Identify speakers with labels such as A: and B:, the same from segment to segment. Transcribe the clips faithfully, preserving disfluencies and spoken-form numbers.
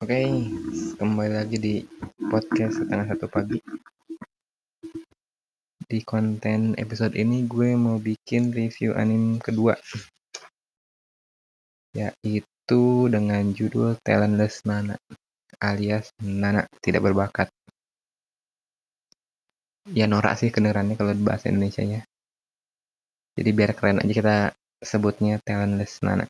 A: Oke, kembali lagi di podcast setengah satu pagi. Di konten episode ini gue mau bikin review anime kedua, yaitu dengan judul Talentless Nana alias Nana tidak berbakat. Ya norak sih kedengarannya kalau di bahasa Indonesianya. Jadi biar keren aja kita sebutnya Talentless Nana.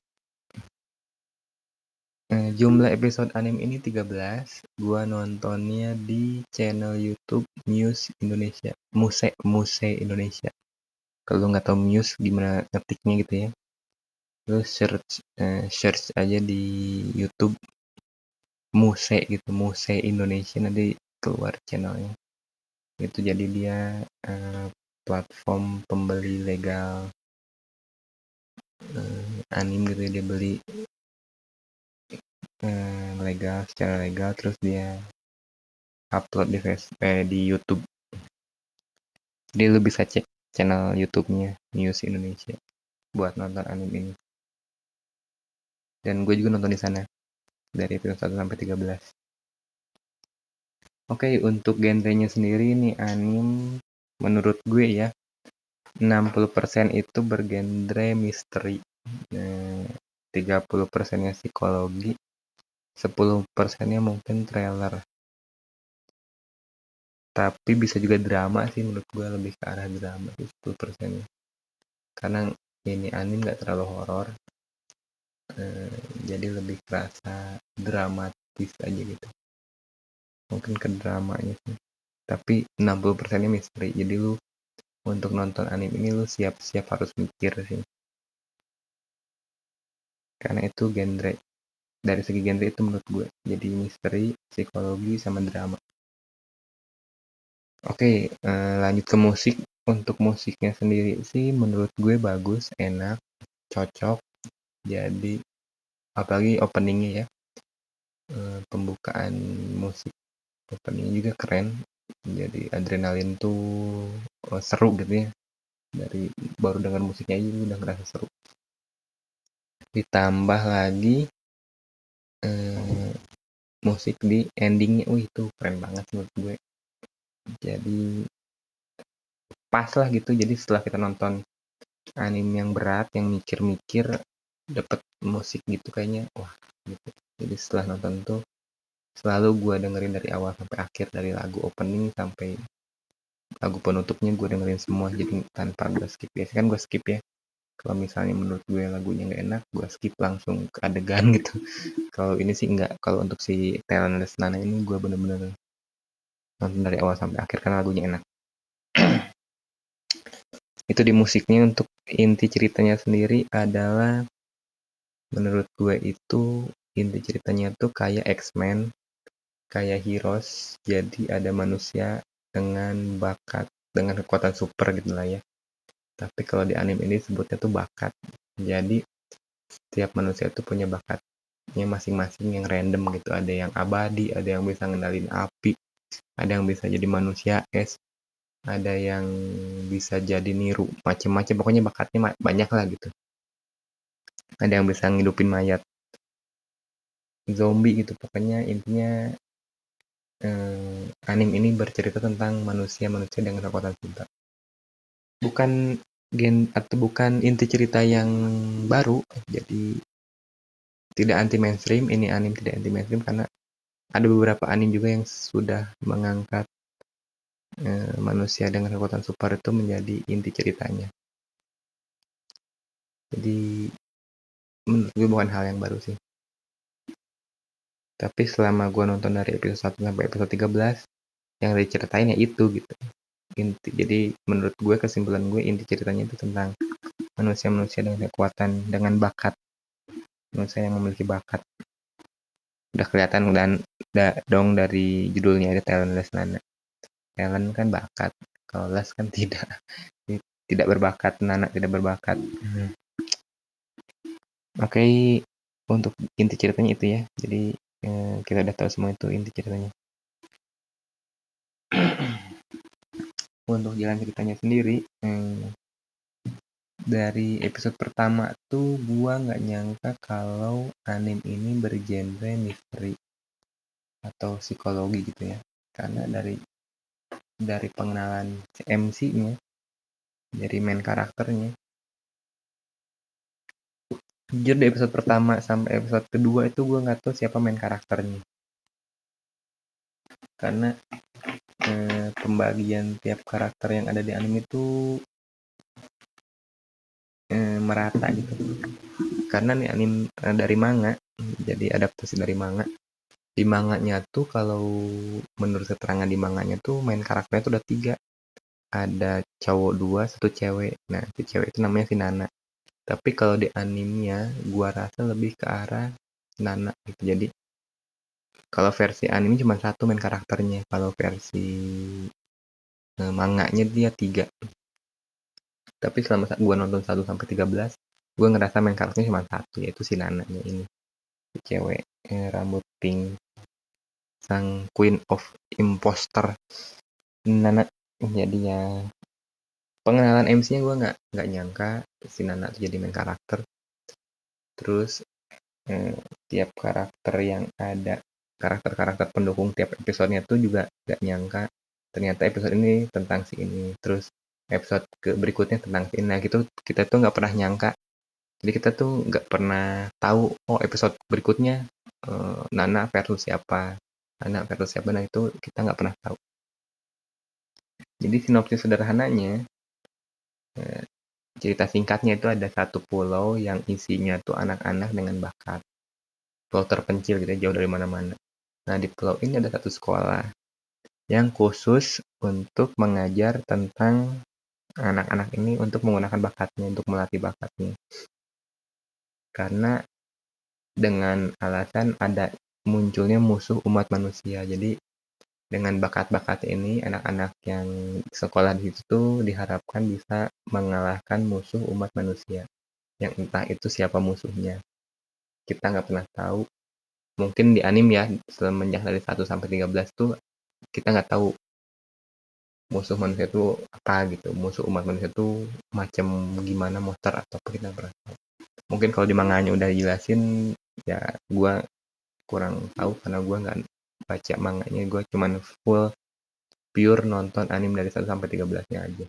A: Eh, jumlah episode anime ini tiga belas. Gua nontonnya di channel YouTube Muse Indonesia. Muse Muse Indonesia. Kalau nggak tahu Muse gimana ngetiknya gitu ya, lu search eh, search aja di YouTube Muse gitu, Muse Indonesia, nanti keluar channelnya. Itu jadi dia eh, platform pembeli legal eh, anime gitu. Dia beli eh, legal secara legal, terus dia upload di Facebook, eh, di YouTube. Jadi lu bisa cek channel YouTube-nya Muse Indonesia buat nonton anime ini. Dan gue juga nonton di sana dari episode satu sampai tiga belas. Oke, untuk genrenya sendiri nih anime menurut gue ya, enam puluh persen itu bergenre misteri, eh, tiga puluh persennya psikologi, sepuluh persennya mungkin trailer. Tapi bisa juga drama sih, menurut gue lebih ke arah drama sih sepuluh persennya. Karena ini anime gak terlalu horor, eh, jadi lebih terasa dramatis aja gitu. Mungkin ke dramanya sih. Tapi enam puluh persennya misteri, jadi lu untuk nonton anime ini lu siap-siap harus mikir sih, karena itu genre, dari segi genre itu menurut gue jadi misteri, psikologi, sama drama. Oke, eh, lanjut ke musik. Untuk musiknya sendiri sih menurut gue bagus, enak, cocok. Jadi apalagi openingnya ya, eh, pembukaan musik opening juga keren, jadi adrenalin tuh oh, seru gitu ya. Dari baru dengar musiknya aja udah ngerasa seru. Ditambah lagi eh, musik di endingnya, wih itu keren banget menurut gue. Jadi pas lah gitu. Jadi setelah kita nonton anime yang berat, yang mikir-mikir, dapet musik gitu kayaknya wah gitu. Jadi setelah nonton tuh selalu gue dengerin dari awal sampai akhir, dari lagu opening sampai lagu penutupnya gue dengerin semua, jadi tanpa gue skip. Biasanya kan gue skip ya kalau misalnya menurut gue lagunya nggak enak, gue skip langsung ke adegan gitu. Kalau ini sih enggak, kalau untuk si Talentless Nana ini gue bener-bener nonton dari awal sampai akhir karena lagunya enak. Itu di musiknya. Untuk inti ceritanya sendiri adalah, menurut gue itu inti ceritanya tuh kayak X-Men, kayak Heroes. Jadi ada manusia dengan bakat, dengan kekuatan super gitu lah ya. Tapi kalau di anime ini sebutnya tuh bakat. Jadi setiap manusia tuh punya bakatnya masing-masing yang random gitu. Ada yang abadi, ada yang bisa ngendalin api, ada yang bisa jadi manusia es, ada yang bisa jadi niru, macem-macem. Pokoknya bakatnya banyak lah gitu. Ada yang bisa ngidupin mayat, zombie gitu. Pokoknya intinya eh, anime ini bercerita tentang manusia-manusia dengan kekuatan super. Bukan gen atau bukan inti cerita yang baru, jadi tidak anti mainstream. Ini anime tidak anti mainstream karena ada beberapa anime juga yang sudah mengangkat eh, manusia dengan kekuatan super itu menjadi inti ceritanya. Jadi menurut gue bukan hal yang baru sih. Tapi selama gue nonton dari episode satu sampai episode tiga belas, yang diceritain ya itu gitu. Inti, jadi menurut gue, kesimpulan gue, inti ceritanya itu tentang manusia-manusia dengan kekuatan, dengan bakat. Manusia yang memiliki bakat. Udah kelihatan dan da, dong dari judulnya ada Talentless Nana. Talent kan bakat, kalau less kan tidak. Tidak berbakat, Nana tidak berbakat. Hmm. Oke, okay, untuk inti ceritanya itu ya. Jadi eh, kita udah tahu semua itu inti ceritanya. Untuk jalan ceritanya sendiri, eh, dari episode pertama tuh gua nggak nyangka kalau anime ini bergenre misteri. atau psikologi gitu ya. Karena dari dari pengenalan M C-nya, dari main karakternya. Jujur di episode pertama sampai episode kedua itu gue nggak tahu siapa main karakternya. Karena eh, pembagian tiap karakter yang ada di anime itu eh, merata gitu. Karena nih anime eh, dari manga, jadi adaptasi dari manga. Di manganya tuh kalau menurut keterangan di manganya tuh main karakternya tuh udah tiga. Ada cowok dua, satu cewek. Nah, si cewek itu namanya si Nana. Tapi kalau di animenya, gua rasa lebih ke arah Nana gitu. Jadi kalau versi anime cuma satu main karakternya. Kalau versi eh, manganya dia tiga. Tapi selama gua nonton satu sampai tiga belas, gua ngerasa main karakternya cuma satu, yaitu si Nananya ini. Si cewek eh, rambut pink, sang Queen of Imposter. Nana jadi ya pengenalan M C-nya gue nggak nggak nyangka si Nana tuh jadi main karakter. Terus eh, tiap karakter yang ada, karakter-karakter pendukung tiap episodenya tuh juga nggak nyangka ternyata episode ini tentang si ini, terus episode ke berikutnya tentang si ini. Nah gitu kita tuh nggak pernah nyangka, jadi kita tuh nggak pernah tahu oh episode berikutnya eh, Nana versus siapa, Nana versus siapa. Nah itu kita nggak pernah tahu. Jadi sinopsis sederhananya, eh, cerita singkatnya itu ada satu pulau yang isinya tuh anak-anak dengan bakat. Pulau terpencil gitu ya, jauh dari mana-mana. Nah, di pulau ini ada satu sekolah yang khusus untuk mengajar tentang anak-anak ini untuk menggunakan bakatnya, untuk melatih bakatnya. Karena dengan alasan ada munculnya musuh umat manusia. Jadi dengan bakat-bakat ini, anak-anak yang sekolah di situ diharapkan bisa mengalahkan musuh umat manusia. Yang entah itu siapa musuhnya. Kita nggak pernah tahu. Mungkin di anime ya, semenjak dari satu sampai tiga belas tuh kita nggak tahu musuh manusia itu apa gitu. Musuh umat manusia itu macam gimana, monster atau apa, kita nggak pernah tahu. Mungkin kalau di manganya udah dijelasin, ya gue kurang tahu karena gue nggak baca manganya. Gue cuman full pure nonton anime dari satu sampai tiga belas-nya aja.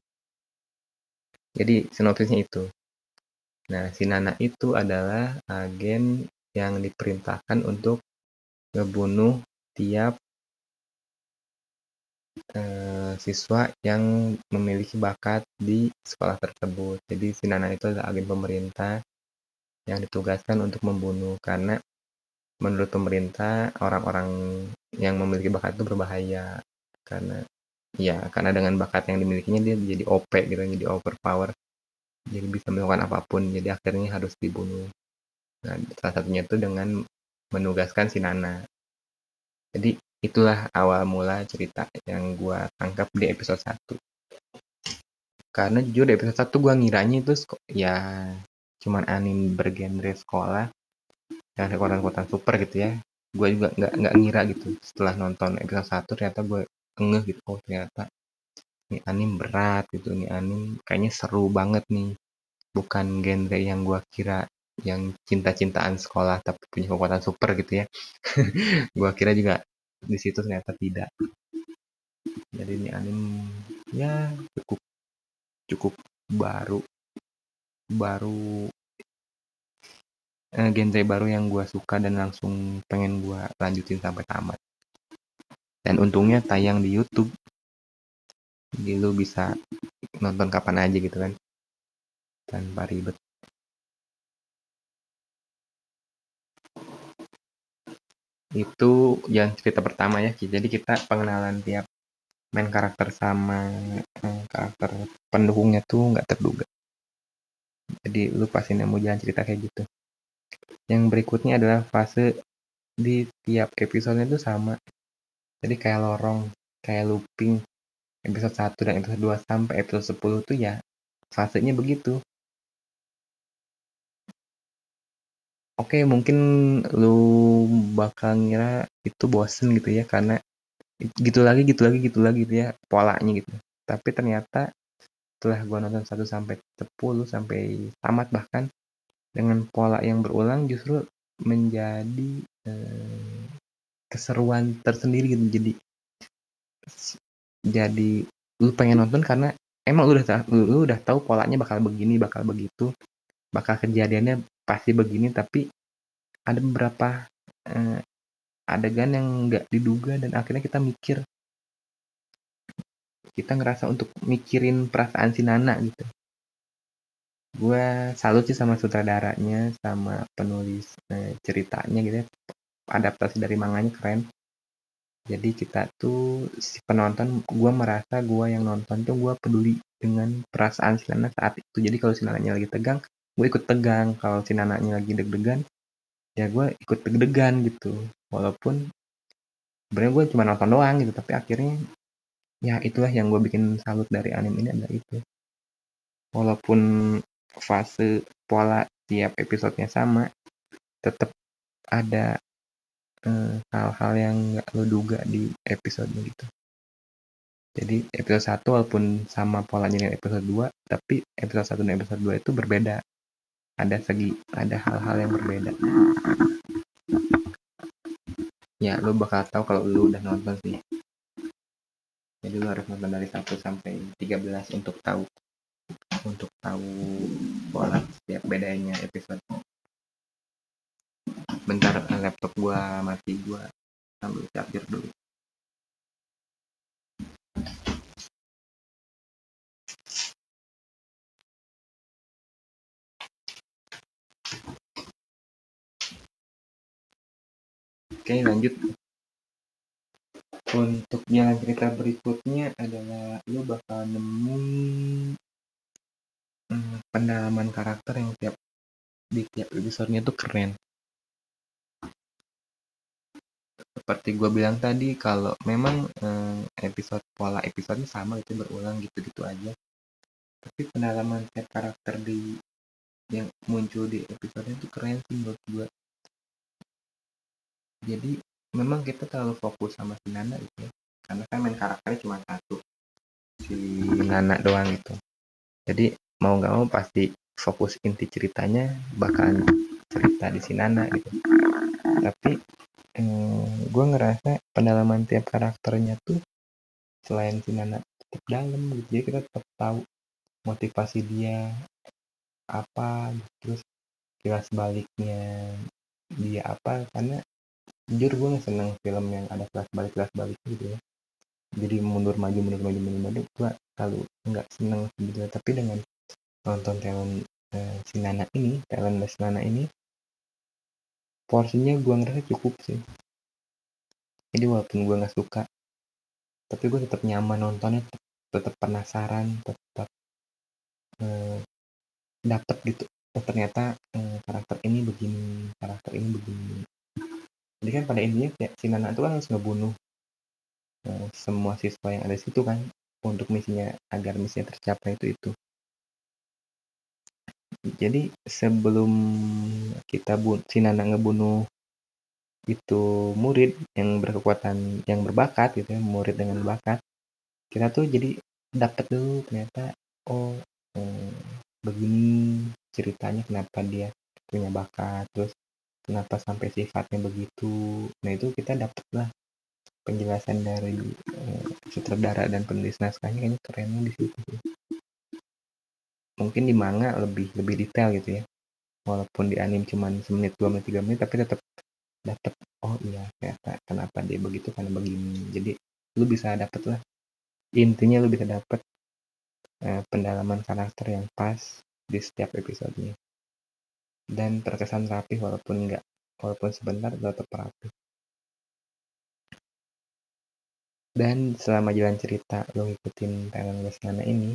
A: Jadi sinopsisnya itu. Nah, si Nana itu adalah agen yang diperintahkan untuk ngebunuh tiap eh, siswa yang memiliki bakat di sekolah tersebut. Jadi si Nana itu adalah agen pemerintah yang ditugaskan untuk membunuh, karena menurut pemerintah orang-orang yang memiliki bakat itu berbahaya, karena ya karena dengan bakat yang dimilikinya dia jadi O P gitu, jadi overpower, jadi bisa melakukan apapun, jadi akhirnya harus dibunuh. Nah, salah satunya itu dengan menugaskan si Nana. Jadi itulah awal mula cerita yang gue tangkap di episode satu. Karena jujur di episode satu gue ngiranya itu ya cuman anime bergenre sekolah yang kekuatan-kekuatan super gitu ya. Gue juga nggak nggak ngira gitu. Setelah nonton episode satu ternyata gue ngeh gitu. Oh ternyata ini anime berat gitu. Ini anime kayaknya seru banget nih. Bukan genre yang gue kira, yang cinta-cintaan sekolah tapi punya kekuatan super gitu ya. Gue kira juga di situ ternyata tidak. Jadi ini anime ya cukup cukup baru baru eh, genre baru yang gue suka dan langsung pengen gue lanjutin sampai tamat. Dan untungnya tayang di YouTube, jadi lu bisa nonton kapan aja gitu kan, tanpa ribet. Itu yang cerita pertama ya. Jadi kita pengenalan tiap main karakter sama eh, karakter pendukungnya tuh nggak terduga. Jadi lu pasti nemu jalan cerita kayak gitu. Yang berikutnya adalah fase di tiap episodenya tuh sama. Jadi kayak lorong, kayak looping. Episode satu dan episode dua sampai episode sepuluh tuh ya fasenya begitu. Oke, mungkin lu bakal ngira itu bosen gitu ya, karena gitu lagi, gitu lagi, gitu lagi gitu ya, polanya gitu. Tapi ternyata setelah gua nonton satu sampai sepuluh sampai tamat bahkan, dengan pola yang berulang justru menjadi eh, keseruan tersendiri gitu. Jadi jadi lu pengen nonton karena emang lu udah lu, lu udah tahu polanya bakal begini, bakal begitu, bakal kejadiannya pasti begini, tapi ada beberapa eh, adegan yang nggak diduga dan akhirnya kita mikir, kita ngerasa untuk mikirin perasaan si Nana gitu. Gue salut sih sama sutradaranya, sama penulis eh, ceritanya gitu ya. Adaptasi dari manganya keren. Jadi kita tuh si penonton, gue merasa gue yang nonton tuh gue peduli dengan perasaan si Nana saat itu. Jadi kalau si Nananya lagi tegang, gue ikut tegang. Kalau si Nananya lagi deg-degan, ya gue ikut deg-degan gitu. Walaupun sebenarnya gue cuma nonton doang gitu, tapi akhirnya ya itulah yang gue bikin salut dari anime ini adalah itu. Walaupun fase pola tiap episodenya sama, tetap ada eh, hal-hal yang nggak lo duga di episode gitu. Jadi episode satu walaupun sama polanya dengan episode dua, tapi episode satu dan episode dua itu berbeda. Ada segi, ada hal-hal yang berbeda. Ya, lo bakal tahu kalau lo udah nonton sih. Jadi lo harus nonton dari satu sampai tiga belas untuk tahu untuk tahu pola setiap bedanya episode. Bentar, laptop gua mati, gua ambil charger dulu. Oke, lanjut. Untuk jalan cerita berikutnya adalah lo bakal nemuin hmm, pendalaman karakter yang tiap di tiap episodenya tuh keren. Seperti gue bilang tadi, kalau memang eh, episode pola episodenya sama itu berulang gitu-gitu aja, tapi pendalaman tiap karakter di yang muncul di episodenya tuh keren sih menurut gue. Jadi memang kita terlalu fokus sama si Nana gitu ya, karena kan main karakternya cuma satu, si Nana doang gitu. Jadi mau nggak mau pasti fokus inti ceritanya bakalan cerita di si Nana gitu. Tapi eh, gue ngerasa pendalaman tiap karakternya tuh selain si Nana tetap dalam gitu, jadi kita tetap tahu motivasi dia apa, terus kilas baliknya dia apa. Karena jujur gue nggak seneng film yang ada kilas balik kilas balik gitu ya, jadi mundur maju mundur maju mundur maju, gue selalu nggak seneng sebetulnya. Tapi dengan nonton talent eh, si Nana ini, talent si Nana ini, porsinya gue ngerasa cukup sih. Jadi walaupun gue nggak suka, tapi gue tetap nyaman nontonnya, tetap penasaran, tetap eh, dapet gitu. Oh ternyata eh, karakter ini begini, karakter ini begini. Jadi kan pada intinya ya, si Nana itu kan harus ngebunuh eh, semua siswa yang ada di situ kan, untuk misinya, agar misinya tercapai itu itu. Jadi sebelum kita bu si Nana ngebunuh itu murid yang berkekuatan, yang berbakat gitu ya, murid dengan bakat, kita tuh jadi dapat dulu ternyata, oh eh, begini ceritanya kenapa dia punya bakat, terus kenapa sampai sifatnya begitu. Nah itu kita dapat lah penjelasan dari eh, sutradara dan penulis naskahnya, kayaknya kerennya di situ sih. Mungkin di manga lebih lebih detail gitu ya, walaupun di anime cuman semenit dua menit tiga menit, tapi tetap dapat, oh iya ternyata kenapa dia begitu karena begini. Jadi lu bisa dapet lah, intinya lu bisa dapet eh, pendalaman karakter yang pas di setiap episodenya, dan terkesan rapi walaupun enggak, walaupun sebentar tetap rapi. Dan selama jalan cerita lo ngikutin Thailand Lesnana ini,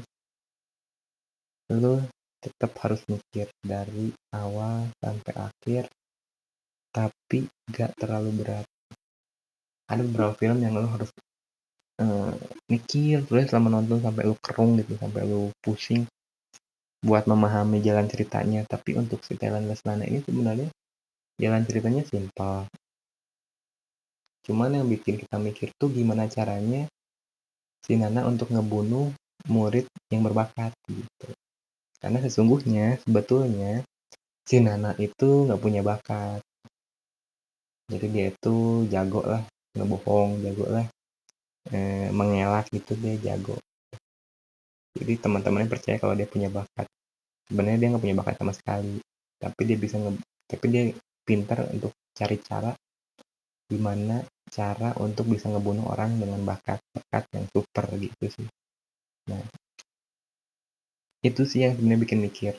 A: lo tetap harus mikir dari awal sampai akhir, tapi gak terlalu berat. Ada beberapa film yang lo harus uh, mikir terus selama nonton sampai lo kerung gitu, sampai lo pusing buat memahami jalan ceritanya. Tapi untuk si Thailand Lesnana ini sebenarnya jalan ceritanya simpel. Cuman yang bikin kita mikir tuh gimana caranya si Nana untuk ngebunuh murid yang berbakat gitu. Karena sesungguhnya sebetulnya si Nana itu nggak punya bakat. Jadi dia itu jago lah ngebohong, jago lah eh, mengelak gitu, dia jago. Jadi teman-temannya percaya kalau dia punya bakat. Sebenarnya dia nggak punya bakat sama sekali, tapi dia bisa nge tapi dia pintar untuk cari cara gimana cara untuk bisa ngebunuh orang dengan bakat-bakat yang super gitu sih. Nah, itu sih yang sebenarnya bikin mikir.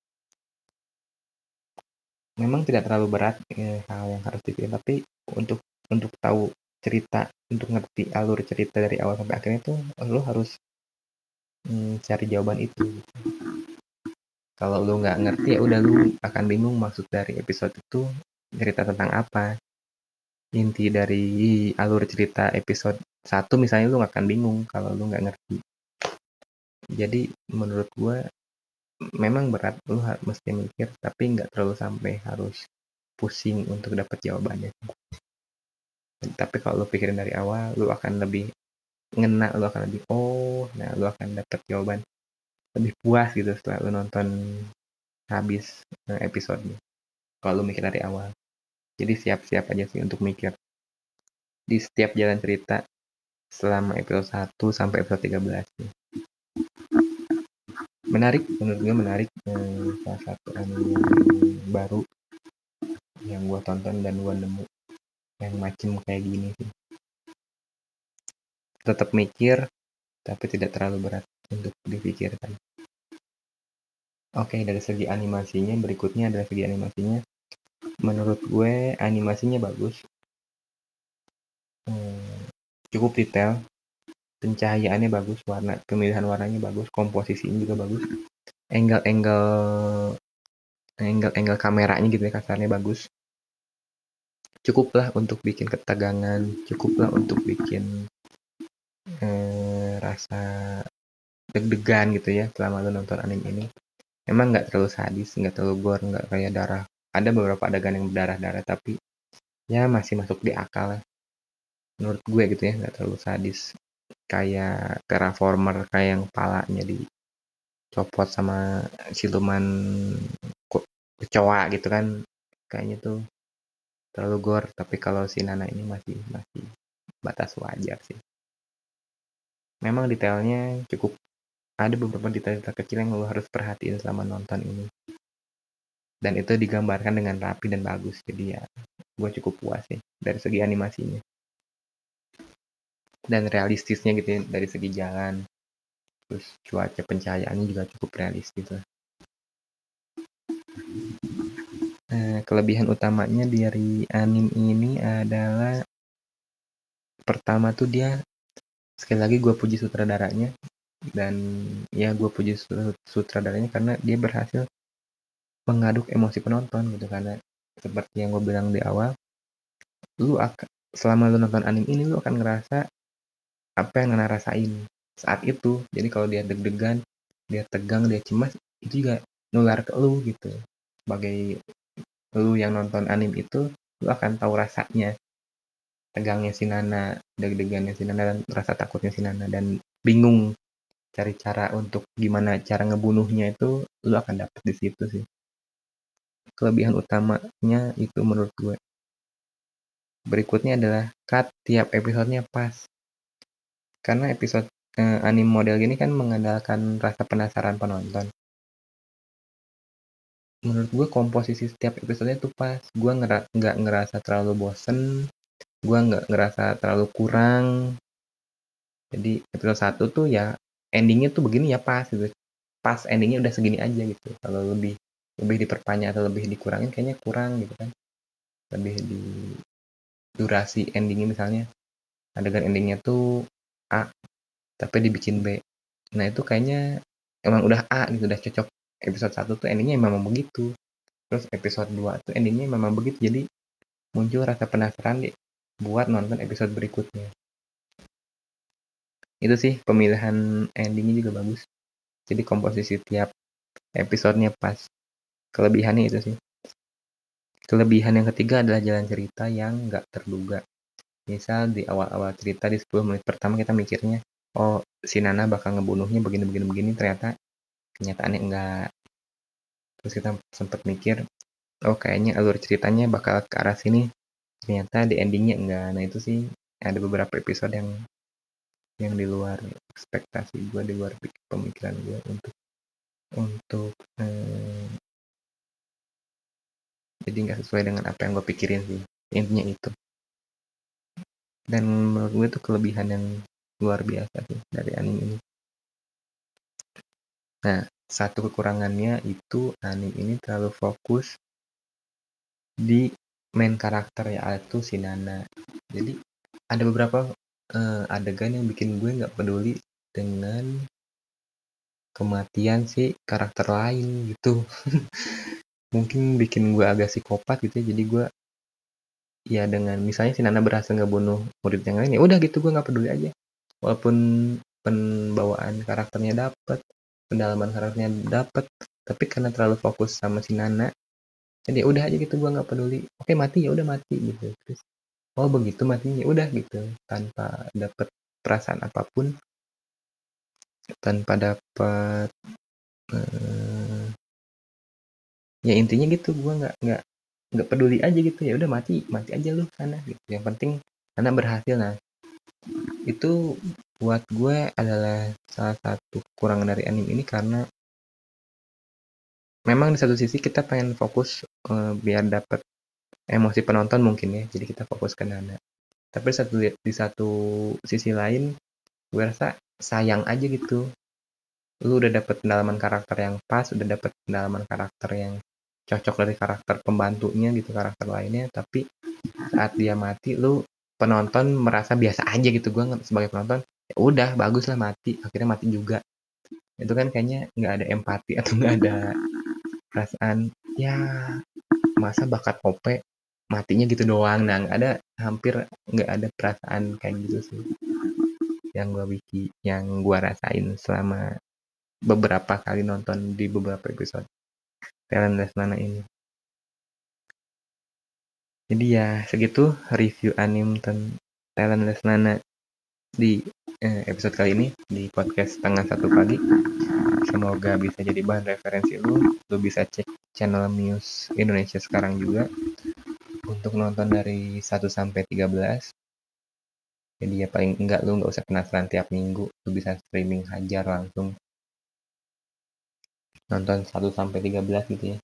A: Memang tidak terlalu berat eh, hal yang harus dipikir, tapi untuk untuk tahu cerita, untuk ngerti alur cerita dari awal sampai akhirnya tuh lo harus mm, cari jawaban itu. Kalau lo nggak ngerti ya udah, lo akan bingung maksud dari episode itu cerita tentang apa. Inti dari alur cerita episode satu misalnya lu akan bingung kalau lu nggak ngerti. Jadi menurut gue memang berat, lu harus mesti mikir, tapi nggak terlalu sampai harus pusing untuk dapat jawabannya. Tapi kalau lu pikirin dari awal, lu akan lebih ngena, lu akan lebih oh, nah lu akan dapat jawaban lebih puas gitu setelah lu nonton habis episodenya. Kalau lu mikir dari awal, jadi siap-siap aja sih untuk mikir di setiap jalan cerita selama episode satu sampai episode tiga belas. Menarik, menurut gue menarik. Eh, salah satu anime yang baru yang gue tonton dan gue nemu yang macem kayak gini sih. Tetap mikir, tapi tidak terlalu berat untuk dipikirkan. Oke, dari segi animasinya, berikutnya adalah segi animasinya. Menurut gue animasinya bagus. Hmm, cukup detail. Pencahayaannya bagus, warna pemilihan warnanya bagus, komposisinya juga bagus. Angle-angle angle-angle kameranya gitu ya, kasarnya bagus. Cukuplah untuk bikin ketegangan, cukuplah untuk bikin eh, rasa deg-degan gitu ya selama lo nonton anime ini. Emang nggak terlalu sadis, nggak terlalu gore, nggak kayak darah. Ada beberapa adegan yang berdarah-darah, tapi ya masih masuk di akal lah. Menurut gue gitu ya, nggak terlalu sadis. Kayak Terraformer, kayak yang palanya dicopot sama siluman kecoa gitu kan. Kayaknya tuh terlalu gore, tapi kalau si Nana ini masih masih batas wajar sih. Memang detailnya cukup, ada beberapa detail-detail kecil yang lo harus perhatiin selama nonton ini, dan itu digambarkan dengan rapi dan bagus. Jadi ya gue cukup puas sih dari segi animasinya dan realistisnya gitu ya, dari segi jalan, terus cuaca, pencahayaannya juga cukup realistis lah. Nah, kelebihan utamanya dari anime ini adalah pertama tuh dia, sekali lagi gue puji sutradaranya, dan ya gue puji sutradaranya karena dia berhasil mengaduk emosi penonton gitu. Karena seperti yang gue bilang di awal, lu akan selama lu nonton anime ini lu akan ngerasa apa yang Nana rasain saat itu. Jadi kalau dia deg-degan, dia tegang, dia cemas, itu juga nular ke lu gitu. Sebagai lu yang nonton anime itu, lu akan tahu rasanya tegangnya si Nana, deg-degannya si Nana, dan rasa takutnya si Nana, dan bingung cari cara untuk gimana cara ngebunuhnya, itu lu akan dapet di situ sih. Kelebihan utamanya itu menurut gue. Berikutnya adalah cut tiap episodenya pas. Karena episode eh, anime model gini kan mengandalkan rasa penasaran penonton. Menurut gue komposisi setiap episodenya tuh pas. Gue nggak ngera ngerasa terlalu bosen, gue nggak ngerasa terlalu kurang. Jadi episode satu tuh ya endingnya tuh begini ya pas gitu. Pas endingnya udah segini aja gitu. Kalau lebih lebih diperpanjang atau lebih dikurangin kayaknya kurang gitu kan. Lebih di durasi endingnya, misalnya adegan endingnya tuh A tapi dibikin B. Nah itu kayaknya emang udah A gitu, udah cocok. Episode satu tuh endingnya memang begitu. Terus episode dua tuh endingnya memang begitu. Jadi muncul rasa penasaran deh buat nonton episode berikutnya. Itu sih pemilihan endingnya juga bagus. Jadi komposisi tiap episodenya pas. Kelebihannya itu sih. Kelebihan yang ketiga adalah jalan cerita yang nggak terduga. Misal di awal-awal cerita di sepuluh menit pertama kita mikirnya, oh si Nana bakal ngebunuhnya begini-begini-begini, ternyata kenyataannya enggak. Terus kita sempat mikir, oh kayaknya alur ceritanya bakal ke arah sini, ternyata di endingnya enggak. Nah itu sih ada beberapa episode yang yang di luar ekspektasi gue, di luar pemikiran gue untuk untuk eh, jadi nggak sesuai dengan apa yang gue pikirin sih, intinya itu. Dan menurut gue itu kelebihan yang luar biasa sih dari anime ini. Nah, satu kekurangannya itu anime ini terlalu fokus di main karakter, yaitu si Nana. Jadi ada beberapa uh, adegan yang bikin gue nggak peduli dengan kematian si karakter lain gitu. Mungkin bikin gue agak psikopat gitu ya. Jadi gue ya dengan misalnya si Nana berhasil ngebunuh murid yang lain, ya udah gitu, gue nggak peduli aja. Walaupun pembawaan karakternya dapet, pendalaman karakternya dapet, tapi karena terlalu fokus sama si Nana, jadi udah aja gitu, gue nggak peduli. Oke mati ya udah mati gitu. Terus oh begitu matinya, udah gitu, tanpa dapet perasaan apapun, tanpa dapet eh, ya intinya gitu, gue nggak nggak nggak peduli aja gitu, ya udah mati mati aja lu sana gitu. Yang penting anak berhasil. Nah itu buat gue adalah salah satu kekurangan dari anime ini, karena memang di satu sisi kita pengen fokus uh, biar dapat emosi penonton mungkin ya, jadi kita fokus ke Nana. Tapi satu di satu sisi lain gue rasa sayang aja gitu, lu udah dapet pendalaman karakter yang pas, udah dapet pendalaman karakter yang cocok dari karakter pembantunya gitu, karakter lainnya, tapi saat dia mati lu penonton merasa biasa aja gitu. Gue sebagai penonton ya udah bagus lah mati, akhirnya mati juga. Itu kan kayaknya nggak ada empati atau nggak ada perasaan, ya masa bakat O P matinya gitu doang. Nah nggak ada, hampir nggak ada perasaan kayak gitu sih yang gue wiki yang gue rasain selama beberapa kali nonton di beberapa episode Talentless Nana ini. Jadi ya segitu review anime tentang Talentless Nana di eh, episode kali ini di podcast setengah satu pagi. Semoga bisa jadi bahan referensi lu. Lu bisa cek channel Muse Indonesia sekarang juga untuk nonton dari satu sampai tiga belas. Jadi ya paling enggak lu nggak usah penasaran tiap minggu, lu bisa streaming hajar langsung nonton satu sampai tiga belas gitu ya.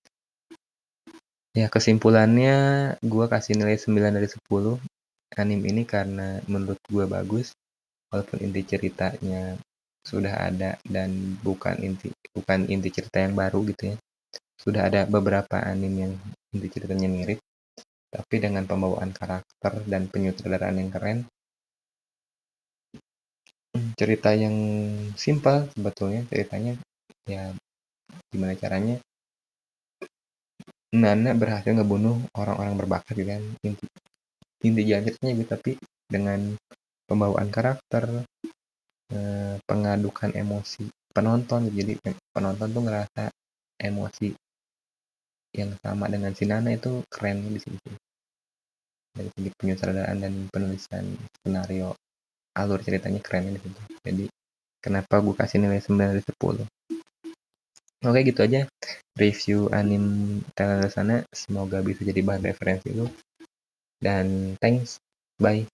A: Ya kesimpulannya gue kasih nilai sembilan dari sepuluh anime ini karena menurut gue bagus, walaupun inti ceritanya sudah ada dan bukan inti bukan inti cerita yang baru gitu ya. Sudah ada beberapa anime yang inti ceritanya mirip, tapi dengan pembawaan karakter dan penyutradaraan yang keren. Cerita yang simpel sebetulnya, ceritanya ya gimana caranya Nana berhasil ngebunuh orang-orang berbakat gitu kan. Inti, inti jalan ceritanya gitu, tapi dengan pembawaan karakter, eh, pengadukan emosi penonton. Jadi penonton tuh ngerasa emosi yang sama dengan si Nana, itu keren di situ. Dari segi penyutradaraan dan penulisan skenario, alur ceritanya keren di situ. Jadi kenapa gue kasih nilai sembilan dari sepuluh. Oke gitu aja review anime Talentless Nana. Semoga bisa jadi bahan referensi lu. Dan thanks, bye.